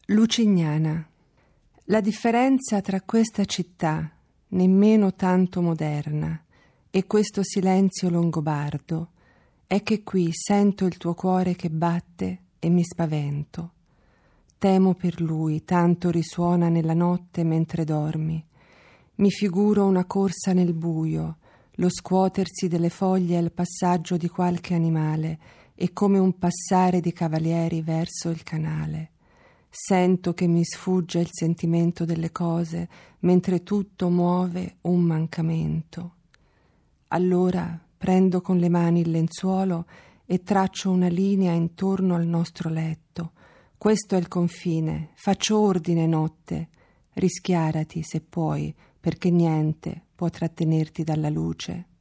Lucignana. La differenza tra questa città, nemmeno tanto moderna, e questo silenzio longobardo è che qui sento il tuo cuore che batte e mi spavento. Temo per lui, tanto risuona nella notte mentre dormi. Mi figuro una corsa nel buio, lo scuotersi delle foglie al passaggio di qualche animale e come un passare di cavalieri verso il canale. Sento che mi sfugge il sentimento delle cose mentre tutto muove un mancamento. Allora prendo con le mani il lenzuolo e traccio una linea intorno al nostro letto. Questo è il confine, faccio ordine notte. Rischiarati se puoi, perché niente può trattenerti dalla luce.